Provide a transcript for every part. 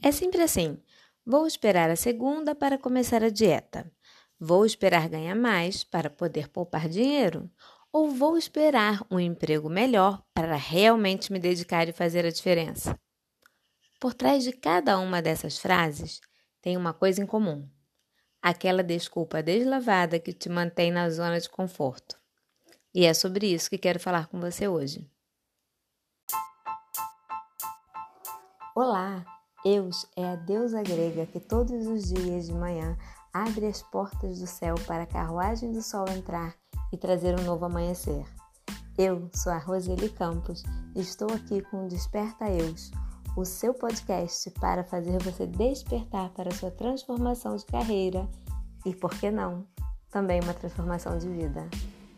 É sempre assim. Vou esperar a segunda para começar a dieta. Vou esperar ganhar mais para poder poupar dinheiro. Ou vou esperar um emprego melhor para realmente me dedicar e fazer a diferença. Por trás de cada uma dessas frases tem uma coisa em comum. Aquela desculpa deslavada que te mantém na zona de conforto. E é sobre isso que quero falar com você hoje. Olá! Eus é a deusa grega que todos os dias de manhã abre as portas do céu para a carruagem do sol entrar e trazer um novo amanhecer. Eu sou a Roseli Campos e estou aqui com o Desperta Eus, o seu podcast para fazer você despertar para a sua transformação de carreira e, por que não, também uma transformação de vida.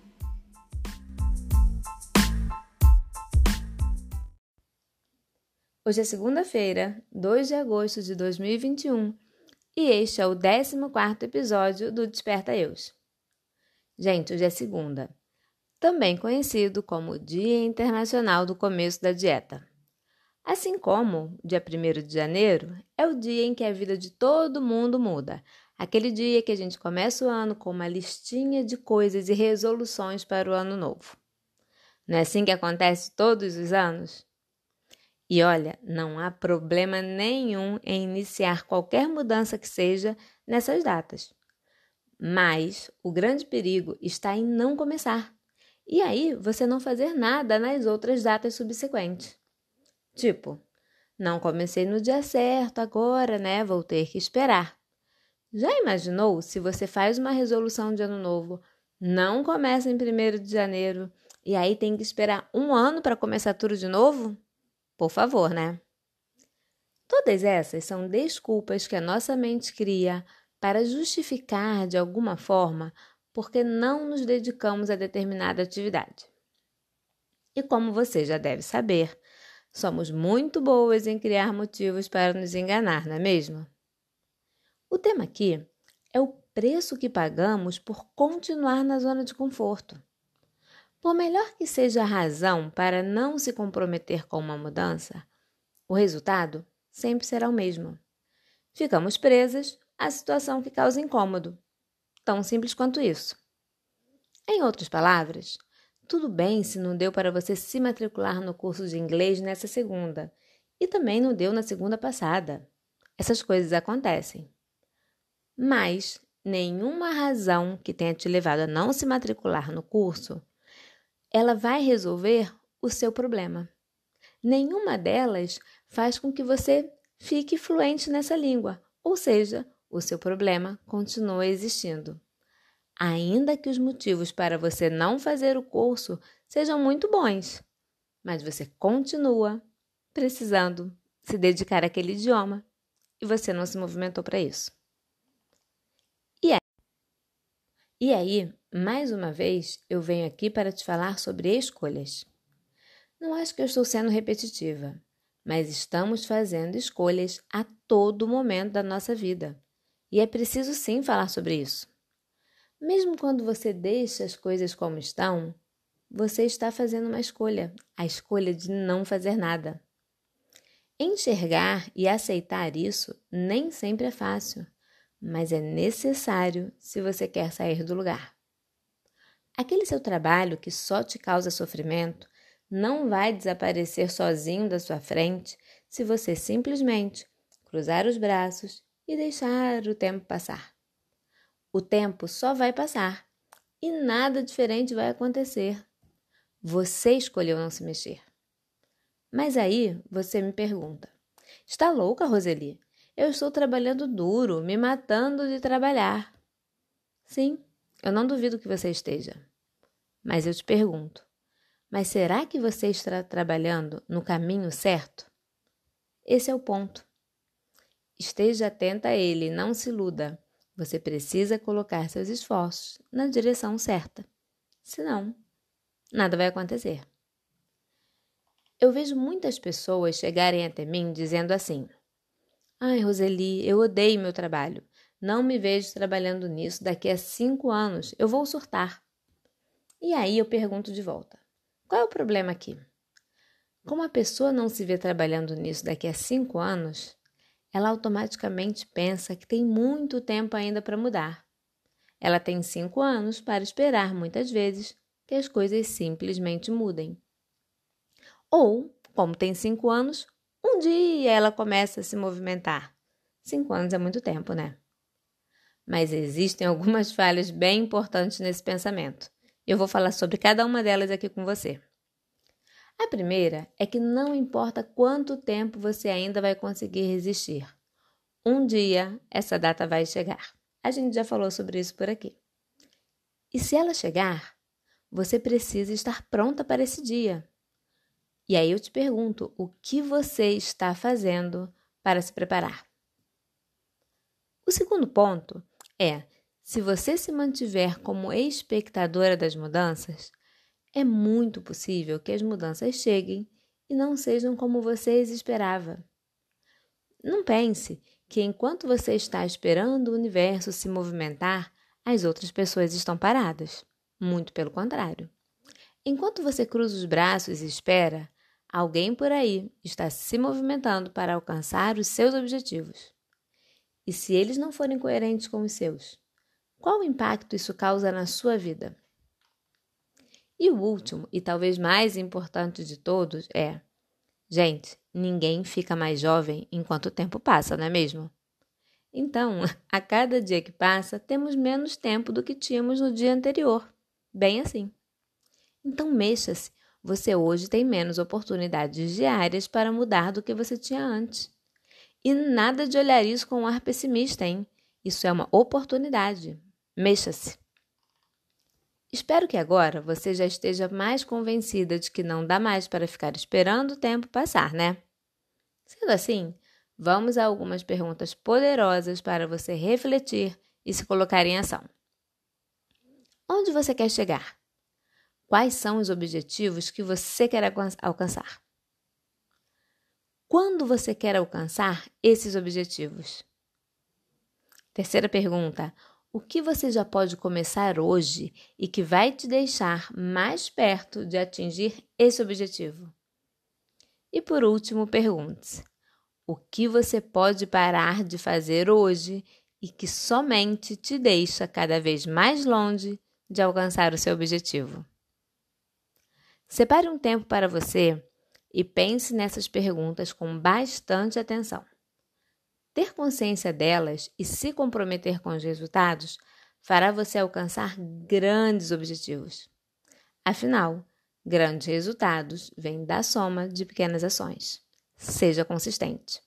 Hoje é segunda-feira, 2 de agosto de 2021 e este é o 14º episódio do Desperta Eus. Gente, hoje é segunda, também conhecido como Dia Internacional do Começo da Dieta. Assim como dia 1º de janeiro é o dia em que a vida de todo mundo muda, aquele dia que a gente começa o ano com uma listinha de coisas e resoluções para o ano novo. Não é assim que acontece todos os anos? E olha, não há problema nenhum em iniciar qualquer mudança que seja nessas datas. Mas o grande perigo está em não começar. E aí você não fazer nada nas outras datas subsequentes. Tipo, não comecei no dia certo agora, né? Vou ter que esperar. Já imaginou se você faz uma resolução de ano novo, não começa em 1º de janeiro e aí tem que esperar um ano para começar tudo de novo? Por favor, né? Todas essas são desculpas que a nossa mente cria para justificar de alguma forma porque não nos dedicamos a determinada atividade. E como você já deve saber, somos muito boas em criar motivos para nos enganar, não é mesmo? O tema aqui é o preço que pagamos por continuar na zona de conforto. Por melhor que seja a razão para não se comprometer com uma mudança, o resultado sempre será o mesmo. Ficamos presas à situação que causa incômodo. Tão simples quanto isso. Em outras palavras, tudo bem se não deu para você se matricular no curso de inglês nessa segunda e também não deu na segunda passada. Essas coisas acontecem. Mas nenhuma razão que tenha te levado a não se matricular no curso, ela vai resolver o seu problema. Nenhuma delas faz com que você fique fluente nessa língua, ou seja, o seu problema continua existindo. Ainda que os motivos para você não fazer o curso sejam muito bons, mas você continua precisando se dedicar àquele idioma e você não se movimentou para isso. E aí, mais uma vez, eu venho aqui para te falar sobre escolhas. Não acho que eu estou sendo repetitiva, mas estamos fazendo escolhas a todo momento da nossa vida. E é preciso sim falar sobre isso. Mesmo quando você deixa as coisas como estão, você está fazendo uma escolha, a escolha de não fazer nada. Enxergar e aceitar isso nem sempre é fácil, mas é necessário se você quer sair do lugar. Aquele seu trabalho que só te causa sofrimento não vai desaparecer sozinho da sua frente se você simplesmente cruzar os braços e deixar o tempo passar. O tempo só vai passar e nada diferente vai acontecer. Você escolheu não se mexer. Mas aí você me pergunta: está louca, Roseli? Eu estou trabalhando duro, me matando de trabalhar. Sim, eu não duvido que você esteja. Mas eu te pergunto: mas será que você está trabalhando no caminho certo? Esse é o ponto. Esteja atenta a ele, não se iluda. Você precisa colocar seus esforços na direção certa. Senão, nada vai acontecer. Eu vejo muitas pessoas chegarem até mim dizendo assim: ai, Roseli, eu odeio meu trabalho. Não me vejo trabalhando nisso daqui a 5 anos. Eu vou surtar. E aí eu pergunto de volta: qual é o problema aqui? Como a pessoa não se vê trabalhando nisso daqui a 5 anos, ela automaticamente pensa que tem muito tempo ainda para mudar. Ela tem 5 anos para esperar, muitas vezes, que as coisas simplesmente mudem. Ou, como tem 5 anos, um dia ela começa a se movimentar. 5 anos é muito tempo, né? Mas existem algumas falhas bem importantes nesse pensamento. Eu vou falar sobre cada uma delas aqui com você. A primeira é que não importa quanto tempo você ainda vai conseguir resistir. Um dia essa data vai chegar. A gente já falou sobre isso por aqui. E se ela chegar, você precisa estar pronta para esse dia. E aí eu te pergunto, o que você está fazendo para se preparar? O segundo ponto é, se você se mantiver como espectadora das mudanças, é muito possível que as mudanças cheguem e não sejam como você as esperava. Não pense que enquanto você está esperando o universo se movimentar, as outras pessoas estão paradas. Muito pelo contrário. Enquanto você cruza os braços e espera, alguém por aí está se movimentando para alcançar os seus objetivos. E se eles não forem coerentes com os seus, qual impacto isso causa na sua vida? E o último, e talvez mais importante de todos, é: gente, ninguém fica mais jovem enquanto o tempo passa, não é mesmo? Então, a cada dia que passa, temos menos tempo do que tínhamos no dia anterior. Bem assim. Então, mexa-se. Você hoje tem menos oportunidades diárias para mudar do que você tinha antes. E nada de olhar isso com um ar pessimista, hein? Isso é uma oportunidade. Mexa-se. Espero que agora você já esteja mais convencida de que não dá mais para ficar esperando o tempo passar, né? Sendo assim, vamos a algumas perguntas poderosas para você refletir e se colocar em ação. Onde você quer chegar? Quais são os objetivos que você quer alcançar? Quando você quer alcançar esses objetivos? Terceira pergunta: o que você já pode começar hoje e que vai te deixar mais perto de atingir esse objetivo? E por último, pergunte-se: o que você pode parar de fazer hoje e que somente te deixa cada vez mais longe de alcançar o seu objetivo? Separe um tempo para você e pense nessas perguntas com bastante atenção. Ter consciência delas e se comprometer com os resultados fará você alcançar grandes objetivos. Afinal, grandes resultados vêm da soma de pequenas ações. Seja consistente.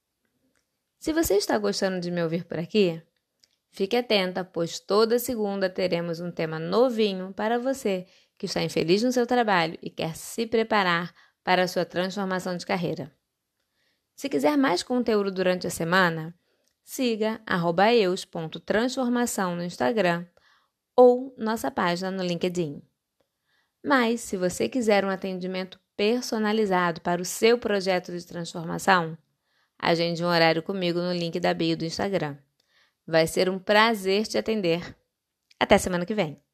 Se você está gostando de me ouvir por aqui, fique atenta, pois toda segunda teremos um tema novinho para você que está infeliz no seu trabalho e quer se preparar para a sua transformação de carreira. Se quiser mais conteúdo durante a semana, siga @eus.transformação no Instagram ou nossa página no LinkedIn. Mas, se você quiser um atendimento personalizado para o seu projeto de transformação, agende um horário comigo no link da bio do Instagram. Vai ser um prazer te atender. Até semana que vem!